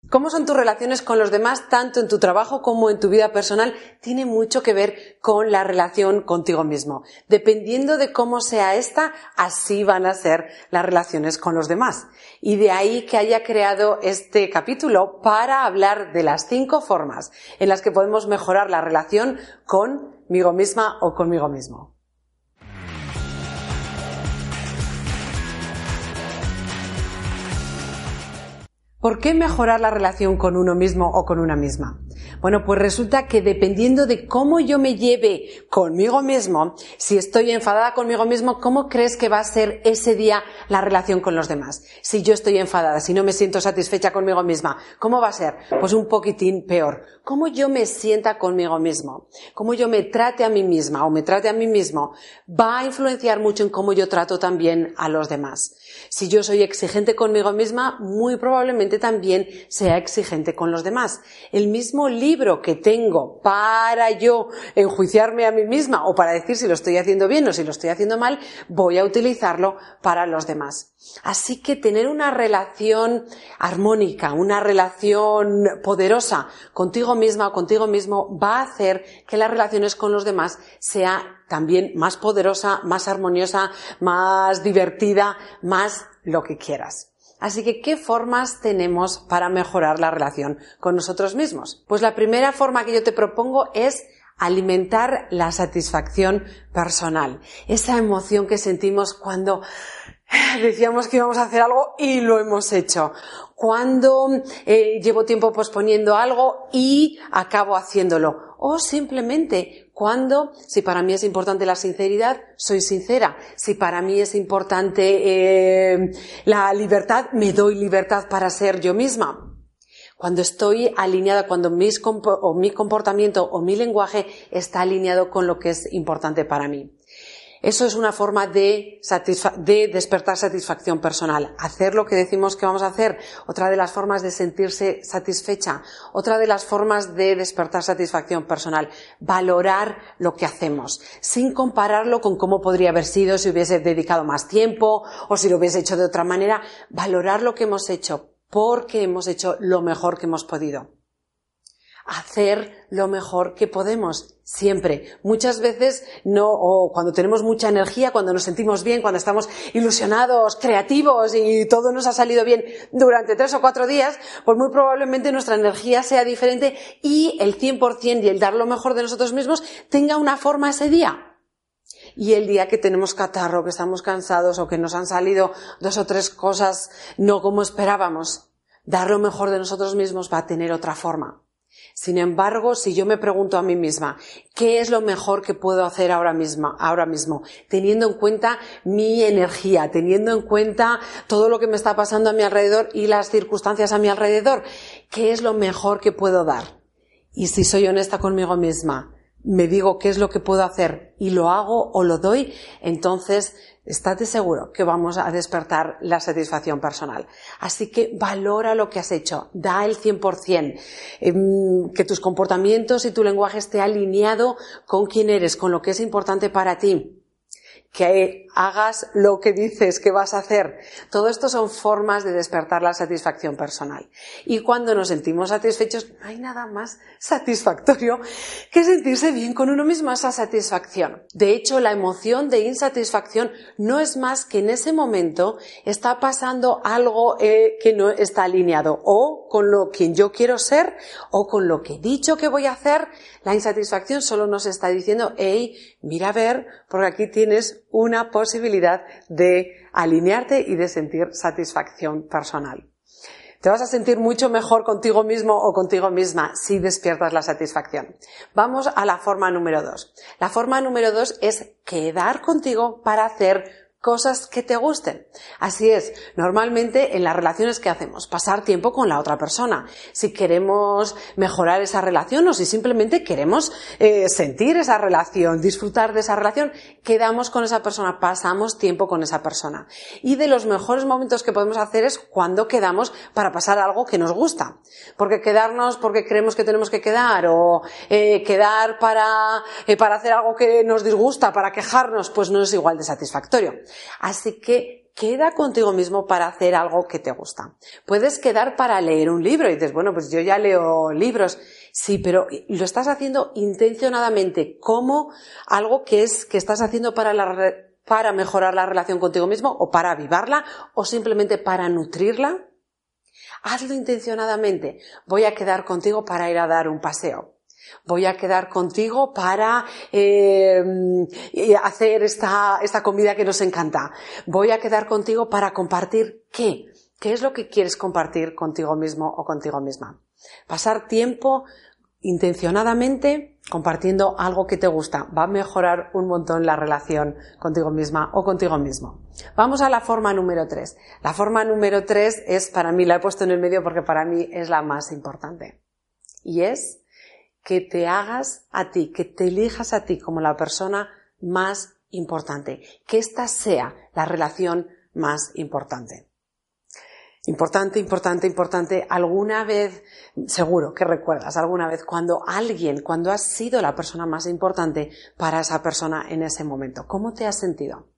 Cómo son tus relaciones con los demás, tanto en tu trabajo como en tu vida personal, tiene mucho que ver con la relación contigo mismo. Dependiendo de cómo sea esta, así van a ser las relaciones con los demás. Y de ahí que haya creado este capítulo para hablar de las 5 formas en las que podemos mejorar la relación conmigo misma o conmigo mismo. ¿Por qué mejorar la relación con uno mismo o con una misma? Bueno, pues resulta que dependiendo de cómo yo me lleve conmigo mismo, si estoy enfadada conmigo mismo, ¿cómo crees que va a ser ese día la relación con los demás? Si yo estoy enfadada, si no me siento satisfecha conmigo misma, ¿cómo va a ser? Pues un poquitín peor. ¿Cómo yo me sienta conmigo mismo? ¿Cómo yo me trate a mí misma o me trate a mí mismo? Va a influenciar mucho en cómo yo trato también a los demás. Si yo soy exigente conmigo misma, muy probablemente también sea exigente con los demás. El mismo libro que tengo para yo enjuiciarme a mí misma o para decir si lo estoy haciendo bien o si lo estoy haciendo mal, voy a utilizarlo para los demás. Así que tener una relación armónica, una relación poderosa contigo misma o contigo mismo va a hacer que las relaciones con los demás sea también más poderosa, más armoniosa, más divertida, más lo que quieras. Así que, ¿qué formas tenemos para mejorar la relación con nosotros mismos? Pues la primera forma que yo te propongo es alimentar la satisfacción personal. Esa emoción que sentimos cuando decíamos que íbamos a hacer algo y lo hemos hecho. Cuando llevo tiempo posponiendo algo y acabo haciéndolo. O simplemente cuando, si para mí es importante la sinceridad, soy sincera. Si para mí es importante la libertad, me doy libertad para ser yo misma. Cuando estoy alineada, cuando mi comportamiento o mi lenguaje está alineado con lo que es importante para mí. Eso es una forma de despertar satisfacción personal. Hacer lo que decimos que vamos a hacer. Otra de las formas de sentirse satisfecha. Otra de las formas de despertar satisfacción personal. Valorar lo que hacemos. Sin compararlo con cómo podría haber sido si hubiese dedicado más tiempo o si lo hubiese hecho de otra manera. Valorar lo que hemos hecho porque hemos hecho lo mejor que hemos podido. Hacer lo mejor que podemos, siempre. Muchas veces no, o cuando tenemos mucha energía, cuando nos sentimos bien, cuando estamos ilusionados, creativos y todo nos ha salido bien durante 3 o 4 días, pues muy probablemente nuestra energía sea diferente y el 100% y el dar lo mejor de nosotros mismos tenga una forma ese día. Y el día que tenemos catarro, que estamos cansados o que nos han salido 2 o 3 cosas no como esperábamos, dar lo mejor de nosotros mismos va a tener otra forma. Sin embargo, si yo me pregunto a mí misma, ¿qué es lo mejor que puedo hacer ahora mismo? Teniendo en cuenta mi energía, teniendo en cuenta todo lo que me está pasando a mi alrededor y las circunstancias a mi alrededor, ¿qué es lo mejor que puedo dar? Y si soy honesta conmigo misma, me digo qué es lo que puedo hacer y lo hago o lo doy, entonces estate seguro que vamos a despertar la satisfacción personal. Así que valora lo que has hecho, da el 100%, que tus comportamientos y tu lenguaje esté alineado con quién eres, con lo que es importante para ti. Que hagas lo que dices que vas a hacer. Todo esto son formas de despertar la satisfacción personal. Y cuando nos sentimos satisfechos, no hay nada más satisfactorio que sentirse bien con uno mismo, esa satisfacción. De hecho, la emoción de insatisfacción no es más que en ese momento está pasando algo que no está alineado, o con lo que yo quiero ser, o con lo que he dicho que voy a hacer. La insatisfacción solo nos está diciendo, hey, mira a ver, porque aquí tienes una posibilidad de alinearte y de sentir satisfacción personal. Te vas a sentir mucho mejor contigo mismo o contigo misma si despiertas la satisfacción. Vamos a la forma número 2. La forma número 2 es quedar contigo para hacer cosas que te gusten. Así es, normalmente en las relaciones que hacemos, pasar tiempo con la otra persona. Si queremos mejorar esa relación o si simplemente queremos sentir esa relación, disfrutar de esa relación, quedamos con esa persona, pasamos tiempo con esa persona. Y de los mejores momentos que podemos hacer es cuando quedamos para pasar algo que nos gusta. Porque quedarnos porque creemos que tenemos que quedar o quedar para hacer algo que nos disgusta, para quejarnos, pues no es igual de satisfactorio. Así que Queda contigo mismo para hacer algo que te gusta. Puedes quedar para leer un libro y dices, bueno, pues yo ya leo libros. Sí, pero lo estás haciendo intencionadamente, como algo que estás haciendo para mejorar la relación contigo mismo o para avivarla o simplemente para nutrirla. Hazlo intencionadamente. Voy a quedar contigo para ir a dar un paseo. Voy a quedar contigo para hacer esta comida que nos encanta. Voy a quedar contigo para compartir ¿qué? ¿Qué es lo que quieres compartir contigo mismo o contigo misma? Pasar tiempo intencionadamente compartiendo algo que te gusta. Va a mejorar un montón la relación contigo misma o contigo mismo. Vamos a la forma número 3. La forma número 3 es, para mí, la he puesto en el medio porque para mí es la más importante. Y es que te hagas a ti, que te elijas a ti como la persona más importante. Que esta sea la relación más importante. Importante. Alguna vez, seguro que recuerdas, alguna vez cuando has sido la persona más importante para esa persona en ese momento. ¿Cómo te has sentido?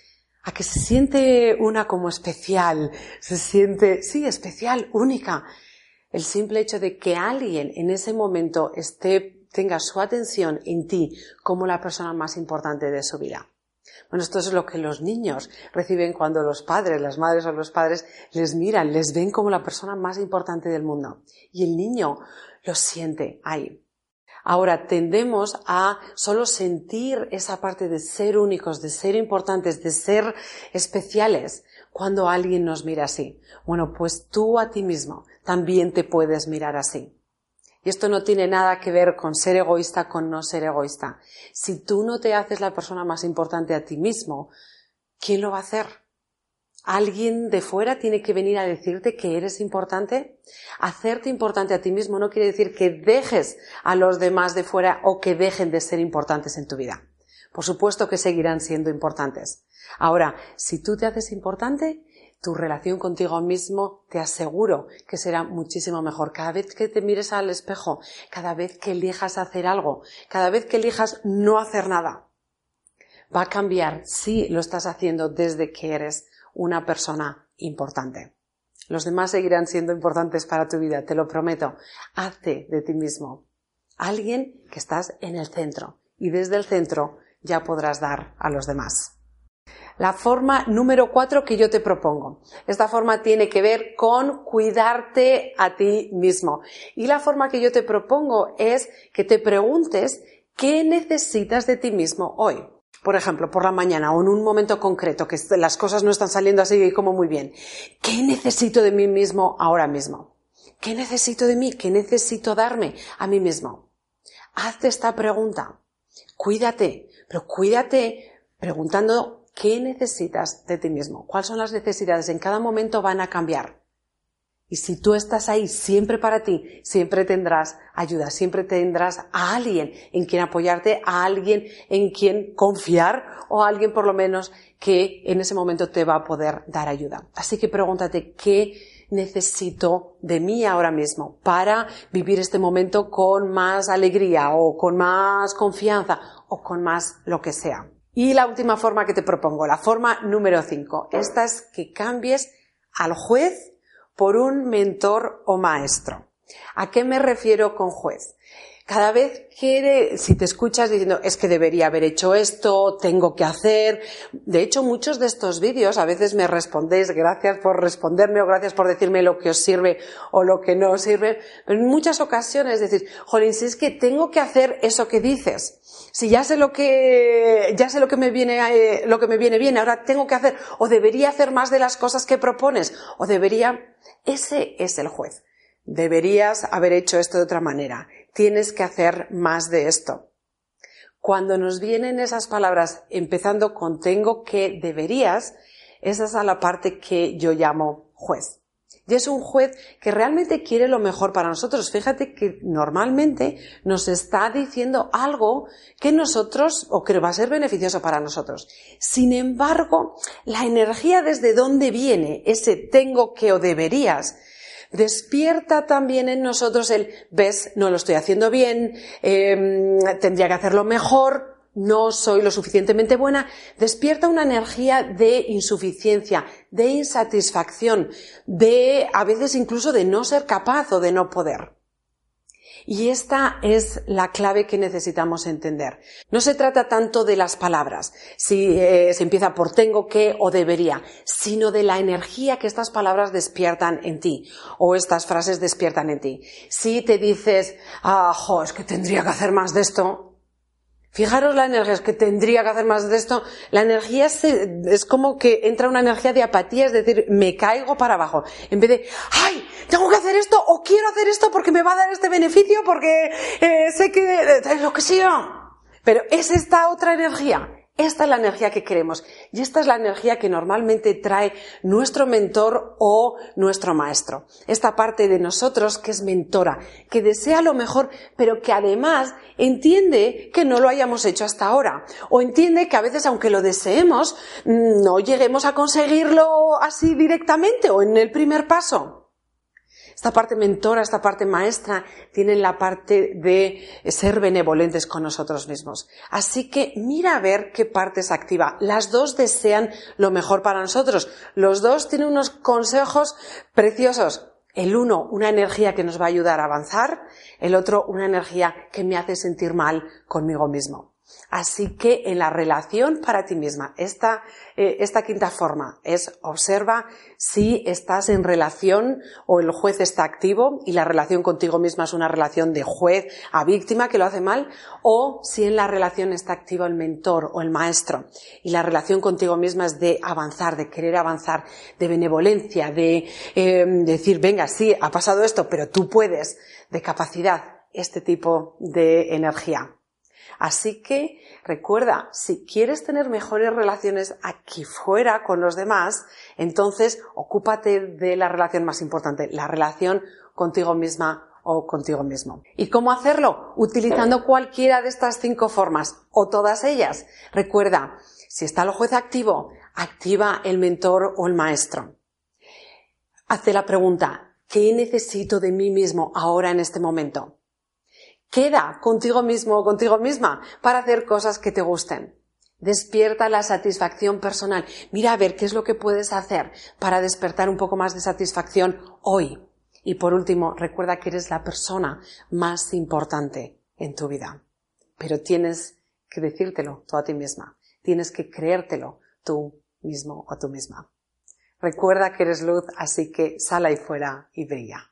¿A que se siente una como especial? Se siente, sí, especial, única. El simple hecho de que alguien en ese momento tenga su atención en ti como la persona más importante de su vida. Bueno, esto es lo que los niños reciben cuando los padres, las madres o los padres les miran, les ven como la persona más importante del mundo. Y el niño lo siente ahí. Ahora, tendemos a solo sentir esa parte de ser únicos, de ser importantes, de ser especiales cuando alguien nos mira así. Bueno, pues tú a ti mismo también te puedes mirar así. Y esto no tiene nada que ver con ser egoísta, con no ser egoísta. Si tú no te haces la persona más importante a ti mismo, ¿quién lo va a hacer? ¿Alguien de fuera tiene que venir a decirte que eres importante? Hacerte importante a ti mismo no quiere decir que dejes a los demás de fuera o que dejen de ser importantes en tu vida. Por supuesto que seguirán siendo importantes. Ahora, si tú te haces importante, tu relación contigo mismo te aseguro que será muchísimo mejor. Cada vez que te mires al espejo, cada vez que elijas hacer algo, cada vez que elijas no hacer nada, va a cambiar si lo estás haciendo desde que eres una persona importante. Los demás seguirán siendo importantes para tu vida, te lo prometo. Hazte de ti mismo alguien que estás en el centro y desde el centro ya podrás dar a los demás. La forma número 4 que yo te propongo. Esta forma tiene que ver con cuidarte a ti mismo. Y la forma que yo te propongo es que te preguntes qué necesitas de ti mismo hoy. Por ejemplo, por la mañana o en un momento concreto que las cosas no están saliendo así como muy bien. ¿Qué necesito de mí mismo ahora mismo? ¿Qué necesito de mí? ¿Qué necesito darme a mí mismo? Hazte esta pregunta. Cuídate, pero cuídate preguntando ¿qué necesitas de ti mismo? ¿Cuáles son las necesidades? En cada momento van a cambiar. Y si tú estás ahí siempre para ti, siempre tendrás ayuda, siempre tendrás a alguien en quien apoyarte, a alguien en quien confiar o a alguien por lo menos que en ese momento te va a poder dar ayuda. Así que pregúntate ¿qué necesito de mí ahora mismo para vivir este momento con más alegría o con más confianza o con más lo que sea? Y la última forma que te propongo, la forma número 5. Esta es que cambies al juez por un mentor o maestro. ¿A qué me refiero con juez? Cada vez que, si te escuchas diciendo, es que debería haber hecho esto, tengo que hacer. De hecho, muchos de estos vídeos, a veces me respondéis, gracias por responderme o gracias por decirme lo que os sirve o lo que no os sirve. Pero en muchas ocasiones decís, jolín, si es que tengo que hacer eso que dices. Si ya sé lo que me viene bien, ahora tengo que hacer, o debería hacer más de las cosas que propones, ese es el juez. Deberías haber hecho esto de otra manera. Tienes que hacer más de esto. Cuando nos vienen esas palabras empezando con tengo que, deberías, esa es la parte que yo llamo juez. Y es un juez que realmente quiere lo mejor para nosotros. Fíjate que normalmente nos está diciendo algo que nosotros, o que va a ser beneficioso para nosotros. Sin embargo, la energía desde donde viene ese tengo que o deberías, despierta también en nosotros ves, no lo estoy haciendo bien, tendría que hacerlo mejor. no soy lo suficientemente buena, despierta una energía de insuficiencia, de insatisfacción, a veces incluso de no ser capaz o de no poder. Y esta es la clave que necesitamos entender. No se trata tanto de las palabras, si se empieza por tengo que o debería, sino de la energía que estas palabras despiertan en ti, o estas frases despiertan en ti. Si te dices, es que tendría que hacer más de esto. Fijaros la energía, es que tendría que hacer más de esto. La energía es como que entra una energía de apatía, es decir, me caigo para abajo. En vez de, ¡ay! Tengo que hacer esto o quiero hacer esto porque me va a dar este beneficio, porque sé que lo que sea. Pero es esta otra energía. Esta es la energía que queremos y esta es la energía que normalmente trae nuestro mentor o nuestro maestro. Esta parte de nosotros que es mentora, que desea lo mejor, pero que además entiende que no lo hayamos hecho hasta ahora. O entiende que a veces, aunque lo deseemos, no lleguemos a conseguirlo así directamente o en el primer paso. Esta parte mentora, esta parte maestra, tienen la parte de ser benevolentes con nosotros mismos. Así que mira a ver qué parte se activa. Las dos desean lo mejor para nosotros. Los dos tienen unos consejos preciosos. El uno, una energía que nos va a ayudar a avanzar. El otro, una energía que me hace sentir mal conmigo mismo. Así que en la relación para ti misma, esta quinta forma es observa si estás en relación o el juez está activo y la relación contigo misma es una relación de juez a víctima que lo hace mal, o si en la relación está activo el mentor o el maestro y la relación contigo misma es de avanzar, de querer avanzar, de benevolencia, de decir, venga, sí, ha pasado esto, pero tú puedes, de capacidad, este tipo de energía. Así que recuerda, si quieres tener mejores relaciones aquí fuera con los demás, entonces ocúpate de la relación más importante, la relación contigo misma o contigo mismo. ¿Y cómo hacerlo? Utilizando cualquiera de estas 5 formas o todas ellas. Recuerda, si está el juez activo, activa el mentor o el maestro. Hazte la pregunta, ¿qué necesito de mí mismo ahora en este momento? Queda contigo mismo o contigo misma para hacer cosas que te gusten. Despierta la satisfacción personal. Mira a ver qué es lo que puedes hacer para despertar un poco más de satisfacción hoy. Y por último, recuerda que eres la persona más importante en tu vida. Pero tienes que decírtelo tú a ti misma. Tienes que creértelo tú mismo o tú misma. Recuerda que eres luz, así que sal ahí fuera y brilla.